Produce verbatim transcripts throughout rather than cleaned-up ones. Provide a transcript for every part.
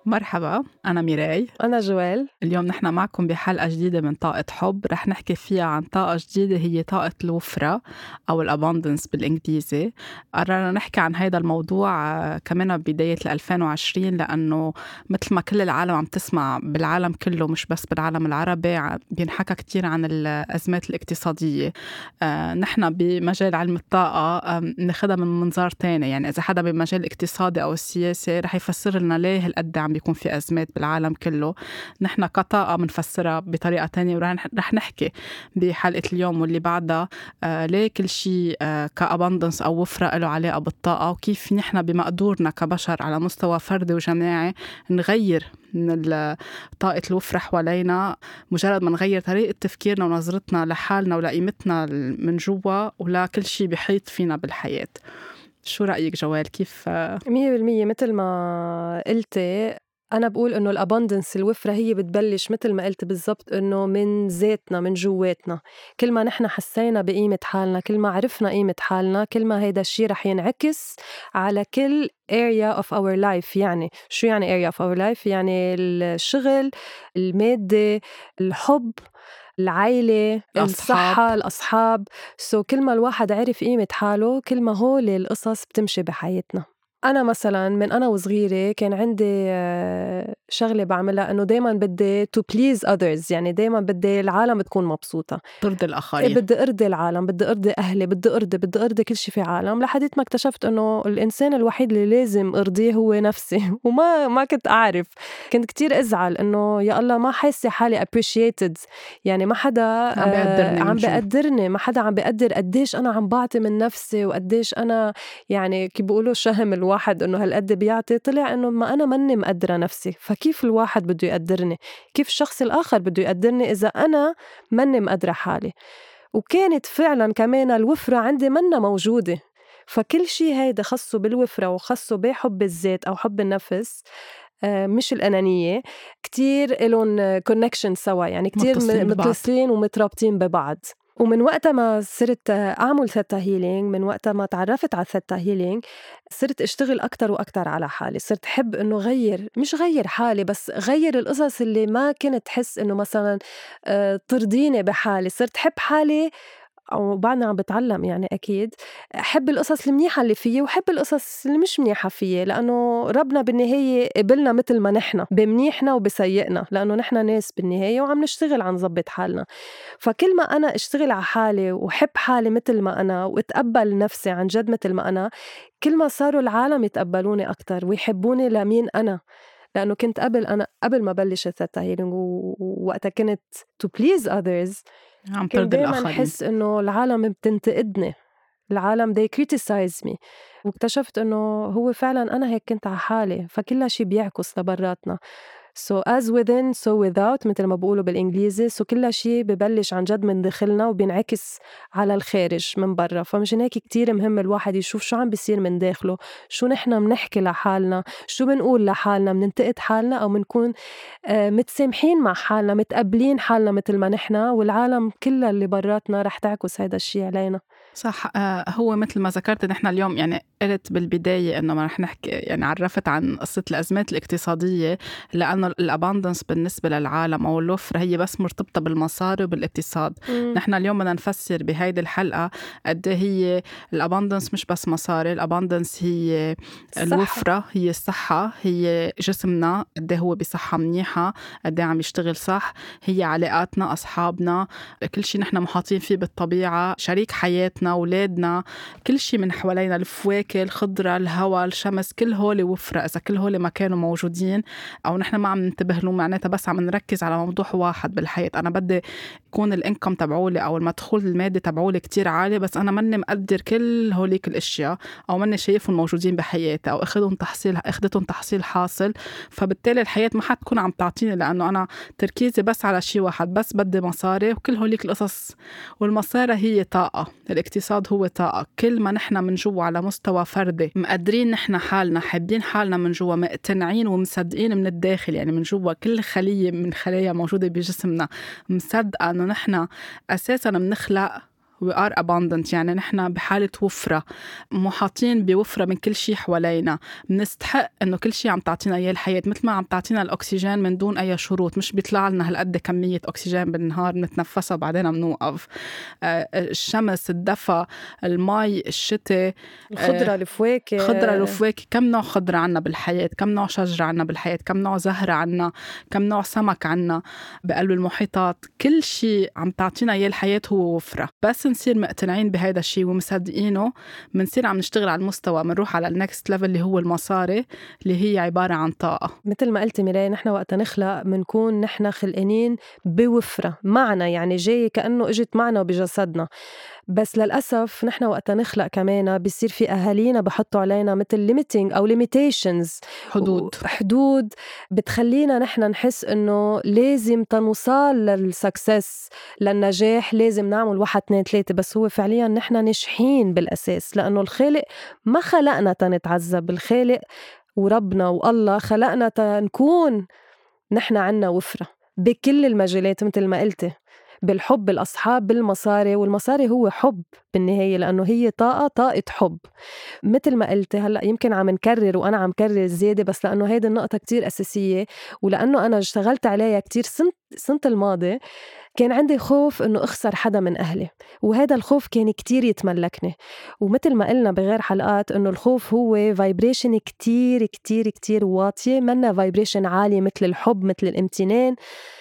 مرحبا، أنا ميراي. أنا جوال. اليوم نحن معكم بحلقة جديدة من طاقة حب. رح نحكي فيها عن طاقة جديدة هي طاقة الوفرة أو الأباندنس بالإنجليزي. قررنا نحكي عن هذا الموضوع كمان بداية ألفين وعشرين، لأنه مثل ما كل العالم عم تسمع بالعالم كله مش بس بالعالم العربي بينحكى كتير عن الأزمات الاقتصادية. آه نحن بمجال علم الطاقة آه ناخدها من منظار تاني، يعني إذا حدا بمجال الاقتصادي أو السياسي رح يفسر لنا ليه هالقد عم بيكون في أزمات بالعالم كله. نحن كطاقة منفسرها بطريقة تانية، ورح نحكي بحلقة اليوم واللي بعدها آه ليه كل شيء آه كأباندنس أو وفرة له علاقة بالطاقة، وكيف نحن بمقدورنا كبشر على مستوى فردي وجماعي نغير من طاقة الوفرة حوالينا، مجرد ما نغير طريقة تفكيرنا ونظرتنا لحالنا ولقيمتنا من جوا ولكل شيء بيحيط فينا بالحياة. شو رأيك جوال؟ كيف؟ مية بالمية مثل ما قلتي، أنا بقول إنه الأباندنس الوفرة هي بتبلش مثل ما قلت بالضبط، إنه من ذاتنا من جواتنا. كل ما نحن حسينا بقيمة حالنا، كل ما عرفنا قيمة حالنا، كل ما هيدا الشيء رح ينعكس على كل area of our life. يعني شو يعني area of our life؟ يعني الشغل، المادة، الحب، العائلة، الصحة، الأصحاب. سو كل ما الواحد عرف قيمة حاله كل ما هول القصص بتمشي بحياتنا. أنا مثلاً من أنا وصغيرة كان عندي شغلة بعملها، إنه دايماً بدي to please others، يعني دايماً بدي العالم تكون مبسوطة، ترضي الآخرين. بدي أرضي العالم، بدي أرضي أهلي، بدي أرضي بدي أرضي كل شي في عالم، لحديت ما اكتشفت إنه الإنسان الوحيد اللي لازم أرضيه هو نفسي. وما ما كنت أعرف، كنت كتير أزعل إنه يا الله ما حاسة حالي appreciated، يعني ما حدا عم بيقدرني، عم بيقدرني، ما حدا عم بيقدر قديش أنا عم بعطي من نفسي وقديش أنا، يعني كي بيقولوا شهم الواحد إنه هالقد بيعطي، طلع إنه ما أنا مني مقدرة نفسي. فكيف الواحد بده يقدرني؟ كيف الشخص الآخر بده يقدرني إذا أنا مني مقدرة حالي؟ وكانت فعلا كمان الوفرة عندي منا موجودة. فكل شيء هيدا خصه بالوفرة وخصه بحب الذات أو حب النفس، مش الأنانية، كتير إلون كونكشن سوا، يعني كتير متصلين ومترابطين ببعض. ومن وقت ما صرت أعمل ثيتا هيلينج، من وقت ما تعرفت على ثيتا هيلينج، صرت أشتغل أكتر وأكتر على حالي. صرت حب إنه غير، مش غير حالي بس، غير القصص اللي ما كنت حس إنه مثلا ترضيني بحالي. صرت حب حالي، أو بعدنا عم بتعلم يعني أكيد أحب القصص المنيحة اللي فيي وحب القصص اللي مش منيحة فيي، لأنه ربنا بالنهاية قبلنا مثل ما نحنا، بمنيحنا وبسيئنا، لأنه نحنا ناس بالنهاية وعم نشتغل عن نظبط حالنا. فكل ما أنا اشتغل على حالي وحب حالي مثل ما أنا واتقبل نفسي عن جد مثل ما أنا، كل ما صاروا العالم يتقبلوني أكتر ويحبوني لمين أنا. لأنه كنت قبل، أنا قبل ما بلش الثيتا هيلينج ووقتها كنت to please others، عم كنت دايماً الآخرين. حس إنه العالم بتنتقدني، العالم they criticize me. واكتشفت إنه هو فعلاً أنا هيك كنت على حالي، فكل شيء بيعكس لبراتنا. so as within so without مثل ما بقولوا بالإنجليزي. so كل شيء ببلش عن جد من داخلنا وبينعكس على الخارج من برا. فمشان هيك كتير مهم الواحد يشوف شو عم بيصير من داخله، شو نحنا منحكي لحالنا، شو بنقول لحالنا، مننتقد حالنا أو منكون متسامحين مع حالنا، متقبلين حالنا مثل ما نحنا، والعالم كلها اللي براتنا رح تعكس هذا الشيء علينا. صح. آه هو مثل ما ذكرت نحن اليوم، يعني قلت بالبداية إنه ما رح نحكي، يعني عرفت عن قصة الأزمات الاقتصادية، لأنه الأباندنس بالنسبة للعالم أو الوفرة هي بس مرتبطة بالمصاري وبالاقتصاد. مم. نحن اليوم بدنا نفسر بهيدي الحلقة قد هي الأباندنس مش بس مصاري. الأباندنس هي صح. الوفرة، هي الصحة، هي جسمنا قد هو بصحة منيحة، قد عم يشتغل صح، هي علاقاتنا، أصحابنا، كل شيء نحن محاطين فيه بالطبيعة، شريك حياتنا، أولادنا، كل شيء من حوالينا، الفواكه، الخضرة، الهواء، الشمس، كل هول وفرة. إذا كل هول ما كانوا موجودين أو نحن ما عم ننتبه لهم، معناتها بس عم نركز على موضوع واحد بالحياة. أنا بدي يكون الانكم تبعولي أو المدخول المادي تبعولي كتير عالي، بس أنا مني مقدر كل هوليك الأشياء أو مني شايفهم موجودين بحياتي أو أخذهم تحصيل أخذتهم تحصيل حاصل. فبالتالي الحياة ما حتكون عم تعطيني، لأنه أنا تركيزي بس على شيء واحد، بس بدي مصاري وكل هوليك القصص. والمصاري هي طاقة، الاقتصاد هو طاقة. كل ما نحن من جوا على مستوى فردي مقدرين نحن حالنا، حابين حالنا من جوا، مقتنعين ومصدقين من الداخل، يعني من جوا كل خلية من خلايا موجودة بجسمنا مصدقة أنه نحن أساساً بنخلق we are abundant، يعني نحن بحالة وفرة، محاطين بوفرة من كل شيء حوالينا، بنستحق إنه كل شيء عم تعطينا إياه الحياة، مثل ما عم تعطينا الأكسجين من دون أي شروط، مش بيطلع لنا هالقد كمية أكسجين بالنهار بنتنفسها بعدين بنوقف. آه الشمس، الدفى، المي، الشتاء، الخضرة، آه الفواكه، خضرة الفواكه، كم نوع خضرة عنا بالحياة، كم نوع شجرة عنا بالحياة، كم نوع زهرة عنا، كم نوع سمك عنا بقلب المحيطات. كل شيء عم تعطينا إياه الحياة هو وفرة. بس نصير مقتنعين بهذا الشيء ومصدقينه، منصير عم نشتغل على المستوى، منروح على النكست ليفل اللي هو المصاري، اللي هي عبارة عن طاقة. مثل ما قلت ميراي، نحن وقت نخلق منكون نحن خلقانين بوفرة معنا، يعني جاي كأنه اجت معنا بجسدنا. بس للأسف نحن وقت نخلق كمان بيصير في أهالينا بحطوا علينا مثل limiting أو limitations، حدود حدود بتخلينا نحن نحس إنه لازم تنوصل للسكسس، للنجاح لازم نعمل واحد اثنين ثلاثة. بس هو فعليا نحن ناجحين بالأساس، لأنه الخالق ما خلقنا تنتعذب. الخالق وربنا والله خلقنا تنكون نحن عنا وفرة بكل المجالات، مثل ما قلتي، بالحب، بالأصحاب، بالمصاري. والمصاري هو حب بالنهاية، لأنه هي طاقة طاقة حب. مثل ما قلت هلأ يمكن عم نكرر وأنا عم كرر زيادة، بس لأنه هيدي النقطة كتير أساسية، ولأنه أنا اشتغلت عليها كتير سنة سنة الماضي. كان عندي خوف إنه أخسر حدا من أهلي، وهذا الخوف كان كتير يتملكني. ومثل ما قلنا بغير حلقات إنه الخوف هو فايبريشن كتير كتير كتير واطية، منا فايبريشن عالية مثل الحب، مثل الامتنان.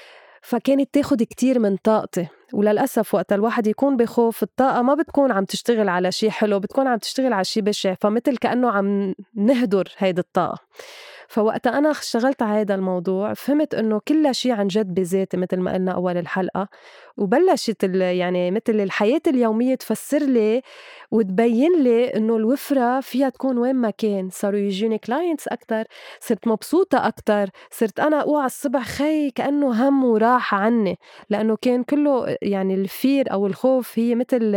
فكانت تاخد كتير من طاقتي. وللأسف وقت الواحد يكون بخوف، الطاقة ما بتكون عم تشتغل على شيء حلو، بتكون عم تشتغل على شيء بشع، فمثل كأنه عم نهدر هيدا الطاقة. فوقت أنا اشتغلت على هذا الموضوع فهمت إنه كل شيء عن جد بذاتي مثل ما قلنا أول الحلقة. وبلشت يعني مثل الحياة اليومية تفسر لي وتبين لي إنه الوفرة فيها تكون وين ما كان. صاروا يجوني كلاينتس أكتر، صرت مبسوطة أكتر، صرت أنا أوعى الصبح خي كأنه هم وراحة عني، لأنه كان كله يعني الفير أو الخوف هي مثل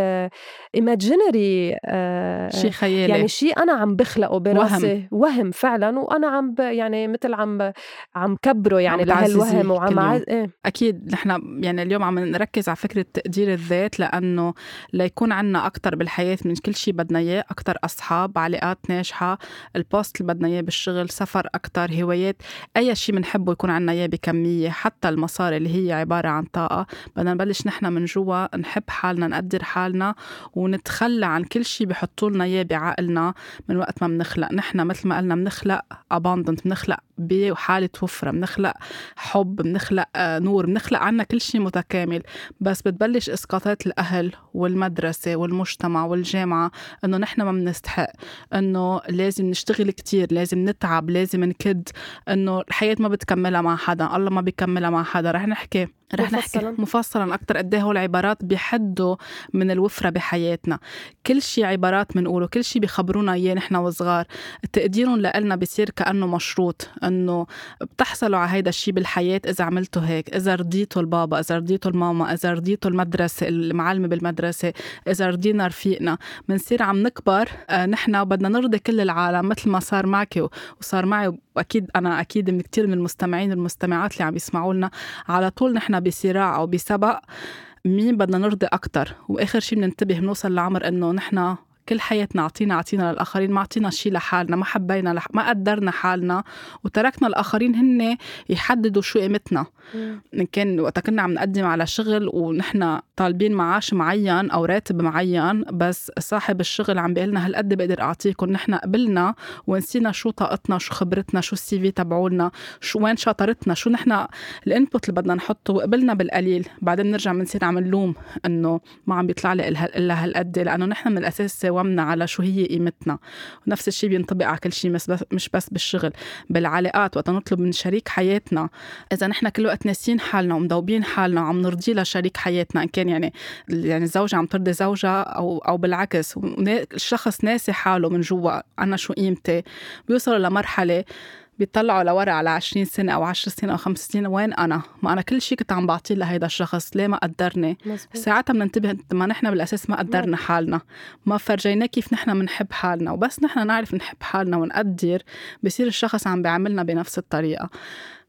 imaginary آه شيء خيالي، يعني شيء أنا عم بخلقه براسي، وهم, وهم فعلا، وأنا عم يعني مثل عم عم كبره يعني لهالوهم وعم عز... إيه؟ أكيد نحن يعني اليوم عم نركز على فكرة تقدير الذات، لأنه ليكون عنا أكتر بالحياة من كل شيء بدنا إياه، أكتر أصحاب، علاقات ناجحة، البوست اللي بدنا إياه بالشغل، سفر أكتر، هوايات، أي شيء منحبه يكون عنا إياه بكمية، حتى المصاري اللي هي عبارة عن طاقة. بدنا نبلش نحن من جوا نحب حالنا، نقدر حالنا، ونتخلى عن كل شيء بيحطوا لنا إياه بعقلنا من وقت ما بنخلق. نحن مثل ما قلنا بنخلق abundant، بنخلق بحالة وفرة، بنخلق حب، بنخلق نور، بنخلق عنا كل شيء متكامل. بس بتبلش إسقاطات الأهل والمدرسة والمجتمع والجامعة إنه نحن ما بنستحق، إنه لازم نشتغل كتير، لازم نتعب، لازم نكد، إنه الحياة ما بتكملها مع حدا، الله ما بيكملها مع حدا. رح نحكي رح مفصلاً. نحكي مفصلا أكتر قد ايه هول العبارات بيحدوا من الوفرة بحياتنا. كل شيء عبارات منقوله، كل شيء بيخبرونا إياه نحن وصغار. تقديرهم لنا بيصير كأنه مشروط، إنه بتحصلوا على هيدا الشيء بالحياة إذا عملتوا هيك، إذا رضيتوا البابا، إذا رضيتوا الماما، إذا رضيتوا المدرسة المعلمة بالمدرسة، إذا رضينا رفيقنا. منصير عم نكبر آه نحن بدنا نرضي كل العالم، مثل ما صار معك وصار معي، وأكيد أنا أكيد من كتير من المستمعين والمستمعات اللي عم يسمعوا لنا. على طول نحن بصراع أو بسبق مين بدنا نرضي أكتر، وآخر شيء بننتبه بنوصل لعمر إنه نحن كل حياتنا عطينا عطينا للآخرين، ما عطينا شيء لحالنا، ما حبينا لح... ما قدرنا حالنا، وتركنا الآخرين هن يحددوا شو قيمتنا. إن كان وقت كنا عم نقدم على شغل ونحن طالبين معاش معين أو راتب معين، بس صاحب الشغل عم بيقلنا هالقد بقدر أعطيكم، نحن قبلنا ونسينا شو طاقتنا، شو خبرتنا، شو السي في تبعولنا، شو وين شاطرتنا، شو نحن الانبوت اللي بدنا نحطه، وقبلنا بالقليل. بعدين نرجع منصير عم نلوم إنه ما عم بيطلع لي إلا هالقد، لأنه نحن من الأساس سوامنا على شو هي قيمتنا. ونفس الشيء بينطبق على كل شيء، مش بس بالشغل، بالعلاقات. وقت نطلب من شريك حياتنا، إذا نحن كل وقت ناسين حالنا ومدوبين حالنا وعم نرضي لشريك حياتنا، إن كان يعني يعني الزوجة عم ترضي زوجها أو أو بالعكس، الشخص ناسي حاله من جوا أنا شو قيمتي، بيوصلوا لمرحلة بيطلعوا لورا على عشرين سنة أو عشر سنة أو خمس سنين، وين أنا؟ ما أنا كل شيء كنت عم بعطيه لهيدا الشخص، ليه ما قدرني؟ ساعتها بننتبه ما نحن بالأساس ما قدرنا حالنا، ما فرجينا كيف نحن منحب حالنا. وبس نحن نعرف نحب حالنا ونقدر، بيصير الشخص عم بيعملنا بنفس الطريقة.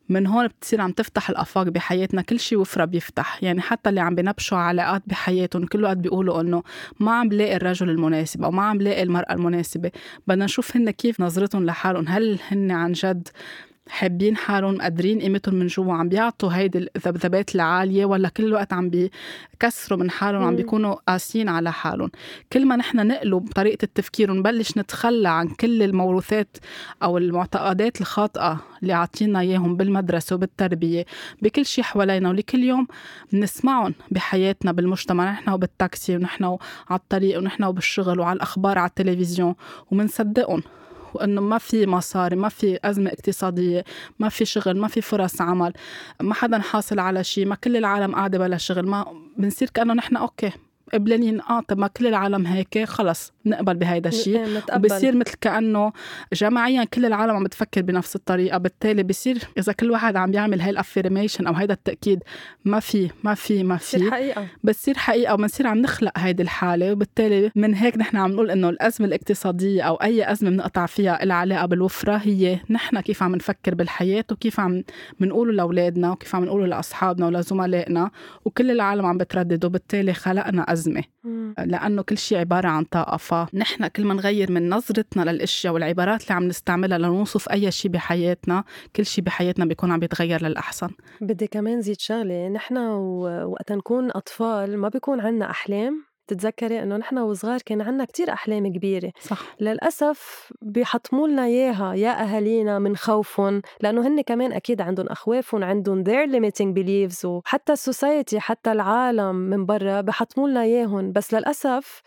من هون بتصير عم تفتح الآفاق بحياتنا، كل شيء وفرة بيفتح. يعني حتى اللي عم بنبشوا علاقات بحياتهم كل وقت بيقولوا إنه ما عم بلاقي الرجل المناسب أو ما عم بلاقي المرأة المناسبة، بدنا نشوف هن كيف نظرتهم لحالهم. هل هن عن جد حابين حالهم، مقدرين قيمتهم من جوا، عم بيعطوا هيدي الذبذبات العالية، ولا كل الوقت عم بيكسروا من حالهم، عم بيكونوا قاسيين على حالهم؟ كل ما نحن نقلب طريقة التفكير ونبلش نتخلى عن كل الموروثات أو المعتقدات الخاطئة اللي عاطينا إياهم بالمدرسة وبالتربية بكل شيء حوالينا واللي كل يوم بنسمعهم بحياتنا بالمجتمع، نحن وبالتاكسي ونحن على الطريق ونحن وبالشغل وعلى الأخبار على التلفزيون، ومنصدقهم وإنه ما في مصاري، ما في أزمة اقتصادية، ما في شغل، ما في فرص عمل، ما حدا حاصل على شيء، ما كل العالم قاعدة بلا شغل، ما بنصير كأنه نحن أوكي قبلانين. آه طب ما كل العالم هيك، خلص نقبل بهيدا الشيء. وبصير مثل كأنه جماعيا كل العالم عم بتفكر بنفس الطريقة، بالتالي بصير إذا كل واحد عم بيعمل هاي الأفيرميشن أو هيدا التأكيد ما في ما في ما في حقيقة، بتصير حقيقة وبنصير عم نخلق هيدي الحالة. وبالتالي من هيك نحن عم نقول إنه الأزمة الاقتصادية أو أي أزمة بنقطع فيها العلاقة بالوفرة هي نحن كيف عم نفكر بالحياة وكيف عم بنقوله لأولادنا وكيف عم نقوله لأصحابنا ولزملائنا، وكل العالم عم بتردد. وبالتالي خلقنا أزمة لأنه كل شيء عبارة عن طاقة. فنحن كل ما نغير من نظرتنا للأشياء والعبارات اللي عم نستعملها لنوصف أي شيء بحياتنا، كل شيء بحياتنا بيكون عم بيتغير للأحسن. بدي كمان زيد شغلة، نحن وقت نكون أطفال ما بيكون عنا أحلام. تتذكري إنه نحن وصغار كان عنا كتير أحلام كبيرة، صح. للأسف بيحطموا لنا إياها يا أهالينا من خوفهم، لأنه هن كمان أكيد عندهم أخوافهم، عندهم their limiting beliefs، وحتى السوسايتي حتى العالم من برا بيحطموا لنا إياهم. بس للأسف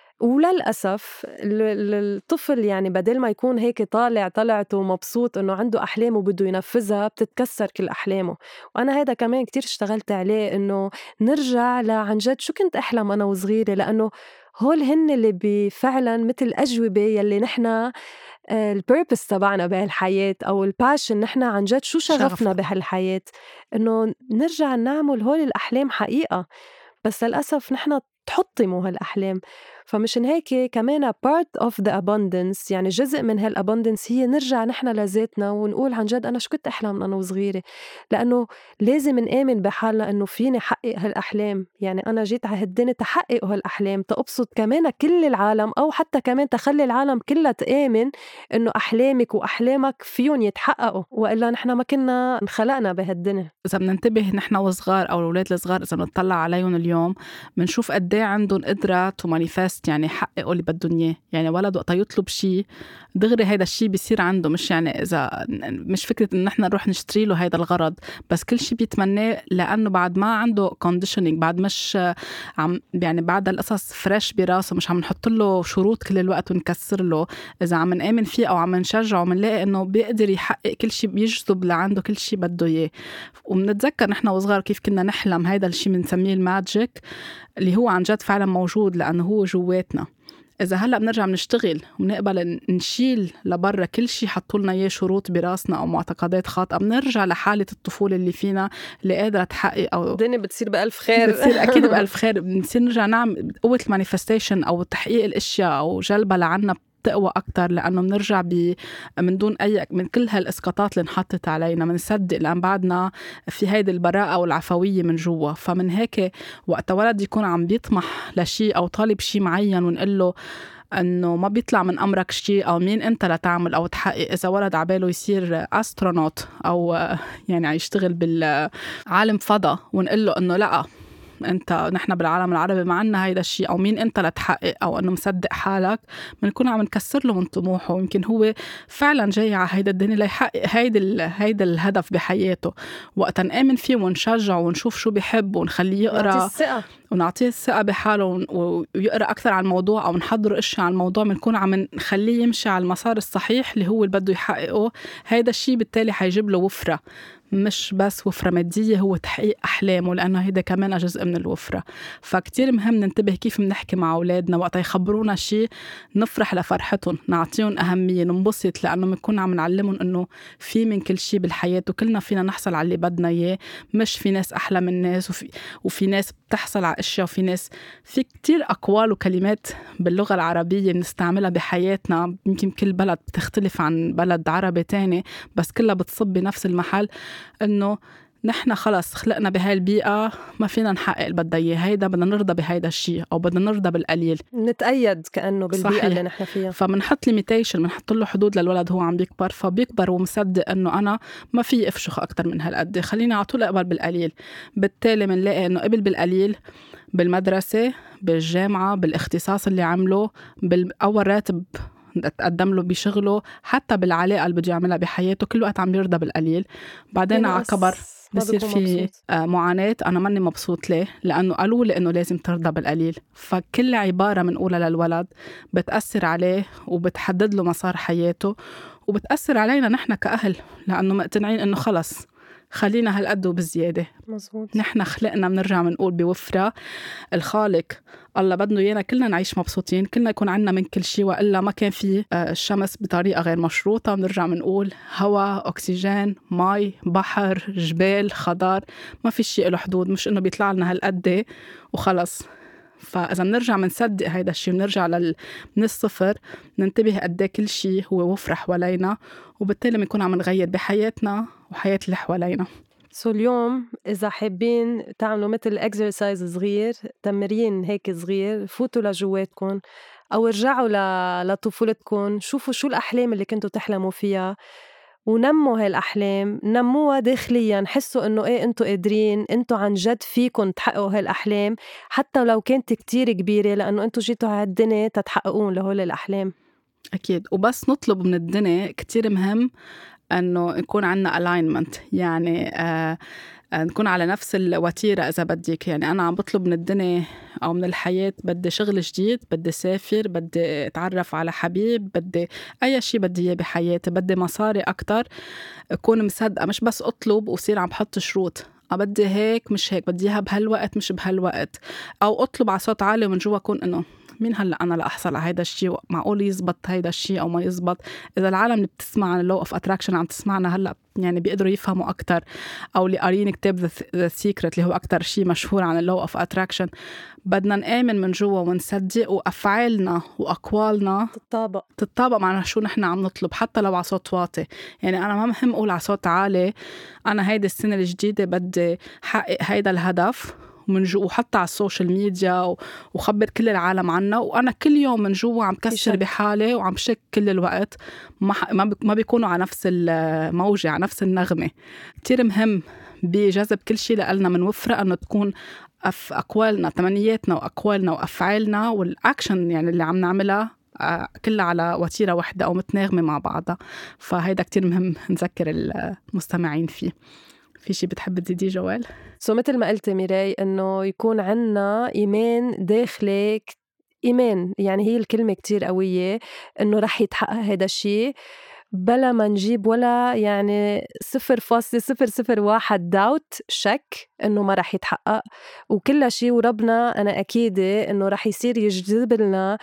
وللأسف الطفل يعني بدل ما يكون هيك طالع طلعته مبسوط إنه عنده أحلام وبده ينفذها، بتتكسر كل أحلامه. وأنا هيدا كمان كتير اشتغلت عليه، إنه نرجع لعن جد شو كنت أحلم أنا وصغيرة، لأنه هول هن اللي بفعلا مثل أجوبة يلي نحنا البيربس تبعنا بهالحياة أو الباشن، نحنا عن جد شو شغفنا بهالحياة، إنه نرجع نعمل هول الأحلام حقيقة. بس للأسف نحنا تحطموا هالأحلام. فمشان هيك كمان part of the abundance، يعني جزء من هالabundance هي نرجع نحن لذاتنا ونقول عن جد أنا شو كنت أحلم أنا وصغيرة، لأنه لازم نآمن بحالنا أنه فيني حقق هالأحلام. يعني أنا جيت على هالدنيا تحقق هالأحلام، تأبسط كمان كل العالم، أو حتى كمان تخلي العالم كلها تآمن أنه أحلامك وأحلامك فيهم يتحققوا، وإلا نحن ما كنا انخلقنا بهالدنيا. إذا بننتبه نحن وصغار أو الأولاد الصغار، إذا بنطلع عليهم اليوم بنشوف قد ايه عندهم قدرة تو مانيفست، يعني يحققوا اللي بدهم اياه. يعني ولد وقت يطلب شيء دغري هيدا الشيء بيصير عنده، مش يعني إذا مش فكرة إن نحن نروح نشتري له هيدا الغرض، بس كل شيء بيتمناه لأنه بعد ما عنده conditioning، بعد مش عم يعني بعد القصص فريش براسه، مش عم نحط له شروط كل الوقت ونكسر له. إذا عم نآمن فيه أو عم نشجعه منلاقي إنه بيقدر يحقق كل شيء، بيجذب لعنده كل شيء بده إياه. ومنتذكر نحن وصغار كيف كنا نحلم، هيدا الشيء بنسميه الماجيك اللي هو عن جد فعلا موجود لأنه هو جواتنا. إذا هلأ بنرجع بنشتغل وبنقبل نشيل لبرا كل شيء حطوا لنا إياه شروط براسنا أو معتقدات خاطئة، بنرجع لحالة الطفولة اللي فينا اللي قادرة تحقق، أو الدنيا بتصير بألف خير. بتصير أكيد بألف خير. بنصير نرجع نعمل قوة المانيفستيشن أو تحقيق الأشياء أو جلبها لعنا تقوى أكتر، لأنه بنرجع ب من دون أي من كل هالإسقاطات اللي انحطت علينا، بنصدق لأن بعدنا في هيدي البراءة والعفوية من جوا. فمن هيك وقت ولد يكون عم بيطمح لشيء أو طالب شيء معين ونقول له أنه ما بيطلع من أمرك شيء أو مين أنت لتعمل أو تحقق. إذا ولد عباله يصير أسترونوت أو يعني يشتغل بالعالم فضاء ونقول له أنه لأ انت نحن بالعالم العربي ما عنا هيدا الشيء او مين انت لتحقق، او انه مصدق حالك، بنكون عم نكسر له من طموحه. ويمكن هو فعلا جاي على هيدا الدنيا ليحقق هيدا هيدا الهدف بحياته. وقت نآمن فيه ونشجعه ونشوف شو بيحب ونخليه يقرا ونعطيه الثقة بحاله ويقرأ أكثر عن الموضوع أو نحضره إشياء عن الموضوع، بنكون عم نخليه يمشي على المسار الصحيح اللي هو اللي بده يحققه. هيدا الشيء بالتالي حيجيب له وفرة، مش بس وفرة مادية، هو تحقيق أحلامه، لأنه هيدا كمان جزء من الوفرة. فكتير مهم ننتبه كيف بنحكي مع أولادنا وقت يخبرونا شيء، نفرح لفرحتهم، نعطيهم أهمية، ننبسط، لأنه بنكون عم نعلمهم إنه في من كل شيء بالحياة وكلنا فينا نحصل على اللي بدنا إياه، مش في ناس أحلى من ناس وفي, وفي ناس بتحصل على أشياء وفي ناس. في كتير أقوال وكلمات باللغة العربية بنستعملها بحياتنا، يمكن كل بلد بتختلف عن بلد عربي تاني، بس كلها بتصب بنفس المحل، إنه نحن خلص خلقنا بهاي البيئة، ما فينا نحقق اللي بدنا إياه، هيدا بدنا نرضى بهيدا الشيء أو بدنا نرضى بالقليل، نتأيد كأنه بالبيئة صحيح. اللي نحن فيها. فمنحط ليميتيشن، منحط له حدود للولد هو عم بيكبر، فبيكبر ومصدق إنه أنا ما في أفشخ أكتر من هالقد، خليني على طول أقبل بالقليل. بالتالي منلاقي إنه قبل بالقليل بالمدرسة، بالجامعة، بالاختصاص اللي عمله، بالأول راتب تقدم له بشغله، حتى بالعلاقة اللي بده يعملها بحياته، كل وقت عم يرضى بالقليل. بعدين على كبر بصير في معاناة، أنا ماني مبسوط. ليه؟ لأنه قالوا لي إنه لازم ترضى بالقليل. فكل عبارة منقولها للولد بتأثر عليه وبتحدد له مسار حياته، وبتأثر علينا نحن كأهل، لأنه مقتنعين إنه خلص خلينا هالقد وبزيادة. مزبوط. نحن خلقنا بنرجع منقول بوفرة الخالق الله بدنا إيانا كلنا نعيش مبسوطين، كلنا يكون عنا من كل شيء، وإلا ما كان في الشمس بطريقة غير مشروطة. بنرجع منقول هواء، أكسجين، مي، بحر، جبال، خضار، ما في شيء له حدود، مش إنه بيطلع لنا هالقد وخلص. فإذا بنرجع منصدق هيدا الشيء، بنرجع لل... من الصفر، ننتبه قد كل شيء هو وفرة حوالينا، وبالتالي بنكون عم نغير بحياتنا وحياة اللي حوالينا. سو اليوم إذا حابين تعملوا مثل إكسرسايز صغير، تمرين هيك صغير، فوتوا لجواتكم أو ارجعوا ل... لطفولتكم، شوفوا شو الأحلام اللي كنتوا تحلموا فيها ونموا هاي الأحلام، نموها داخلياً، حسوا إنه إيه أنتوا قادرين، أنتوا عن جد فيكم تحققوا هاي الأحلام حتى لو كانت كتير كبيرة، لأنه أنتوا جيتوا على الدنيا تتحققون لهول الأحلام. أكيد. وبس نطلب من الدنيا كتير مهم أنه نكون عنا alignment، يعني آه نكون على نفس الوتيرة إذا بدك. يعني أنا عم بطلب من الدنيا أو من الحياة، بدي شغل جديد، بدي سافر، بدي أتعرف على حبيب، بدي أي شيء بدي إياه بحياتي، بدي مصاري أكتر، أكون مصدقة، مش بس أطلب وصير عم بحط شروط بدي هيك مش هيك، بدي إياها بهالوقت مش بهالوقت، أو أطلب على صوت عالي ومن جوا أكون إنه مين هلأ أنا لأحصل على هيدا الشيء، معقول يزبط هيدا الشيء أو ما يزبط. إذا العالم اللي بتسمع عن اللو أوف أتراكشن عم تسمعنا هلأ يعني بيقدروا يفهموا أكتر، أو اللي قارين كتاب The Secret اللي هو أكتر شيء مشهور عن اللو أوف أتراكشن، بدنا نآمن من جوا ونصدق، وأفعالنا وأقوالنا تتطابق تتطابق معنا شو نحن عم نطلب، حتى لو على صوت واطي. يعني أنا ما مهم أقول على صوت عالي أنا هيدا السنة الجديدة بدي حقق هيدا الهدف من جوا، وحتى على السوشيال ميديا وخبر كل العالم عنا، وأنا كل يوم من جوا عم كسر بحالي وعم شك كل الوقت، ما ما بيكونوا على نفس الموجة، على نفس النغمة. كتير مهم بجذب كل شيء لقلنا من وفرة أنه تكون أف أقوالنا، تمنياتنا وأقوالنا وأفعالنا والأكشن يعني اللي عم نعملها كلها على وتيرة واحدة أو متناغمة مع بعضها. فهيدا كتير مهم نذكر المستمعين فيه. في شيء بتحب تزيديه جوال؟ سو مثل ما قلت ميراي إنه يكون عنا إيمان داخلي، إيمان يعني هي الكلمة كتير قوية، إنه رح يتحقق هذا الشيء بلا ما نجيب ولا يعني صفر فاصلة صفر صفر واحد داوت، شك إنه ما رح يتحقق. وكل شيء وربنا أنا أكيدة إنه رح يصير يجذب لنا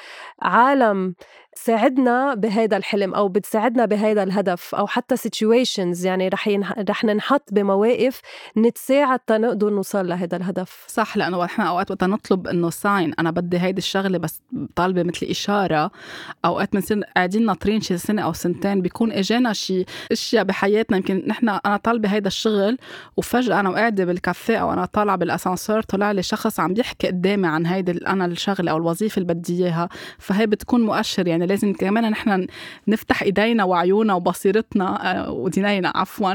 عالم ساعدنا بهيدا الحلم أو بتساعدنا بهيدا الهدف، أو حتى situations يعني رح ينح... رح ننحط بمواقف نتساعد تنقدر نوصل لهيدا الهدف. صح، لأنه إحنا أوقات وقت نطلب إنه ساين أنا بدي هيدا الشغلة بس طالبة مثل إشارة، أوقات بنصير قاعدين ناطرين شي سنة أو سنتين بيكون إجانا شي أشياء بحياتنا، يمكن نحن أنا طالبة هيدا الشغل وفجأة أنا قاعدة بالكافيه أو أنا طالعة بالأسانسور طلع لي شخص عم بيحكي قدامي عن هيدا أنا الشغلة أو الوظيفة اللي بدي إياها، فهي بتكون مؤشر. يعني لازم كمان نحن نفتح إيدينا وعيونا وبصيرتنا ودينينا عفوا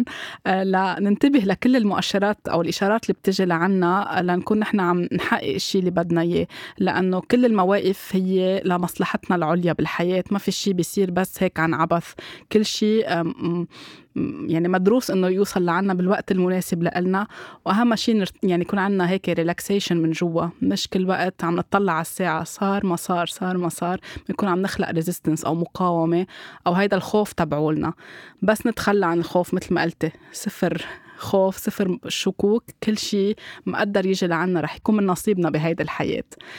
لننتبه لكل المؤشرات أو الإشارات اللي بتجي لعنا لنكون نحن عم نحقق الشيء اللي بدنا إياه، لأنه كل المواقف هي لمصلحتنا العليا بالحياة. ما في شيء بيصير بس هيك عن عبث، كل شيء يعني مدروس إنه يوصل لعنا بالوقت المناسب لنا. وأهم شيء يعني يكون عنا هيك ريلاكسيشن من جوا، مش كل وقت عم نطلع على الساعة صار ما صار صار ما صار، بنكون عم نخلق ريزيستنس أو مقاومة أو هيدا الخوف تبعولنا. بس نتخلى عن الخوف مثل ما قلت، صفر خوف صفر شكوك، كل شيء مقدر يجي لعنا رح يكون من نصيبنا بهيدا الحياة.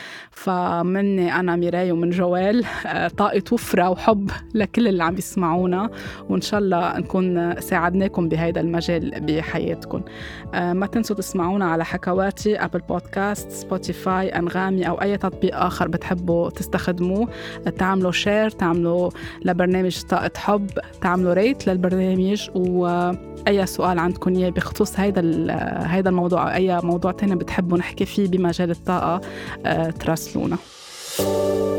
فمني أنا ميراي ومن جوال طاقة وفرة وحب لكل اللي عم يسمعونا، وإن شاء الله نكون ساعدناكم بهيدا المجال بحياتكم. ما تنسوا تسمعونا على حكواتي، أبل بودكاست، سبوتيفاي، أنغامي أو أي تطبيق آخر بتحبوا تستخدموه. تعملوا شير، تعملوا لبرنامج طاقة حب، تعملوا ريت للبرنامج، وأي سؤال عندكم بخصوص هيدا هيدا الموضوع أو أي موضوع تاني بتحبوا نحكي فيه بمجال الطاقة تراسلونا.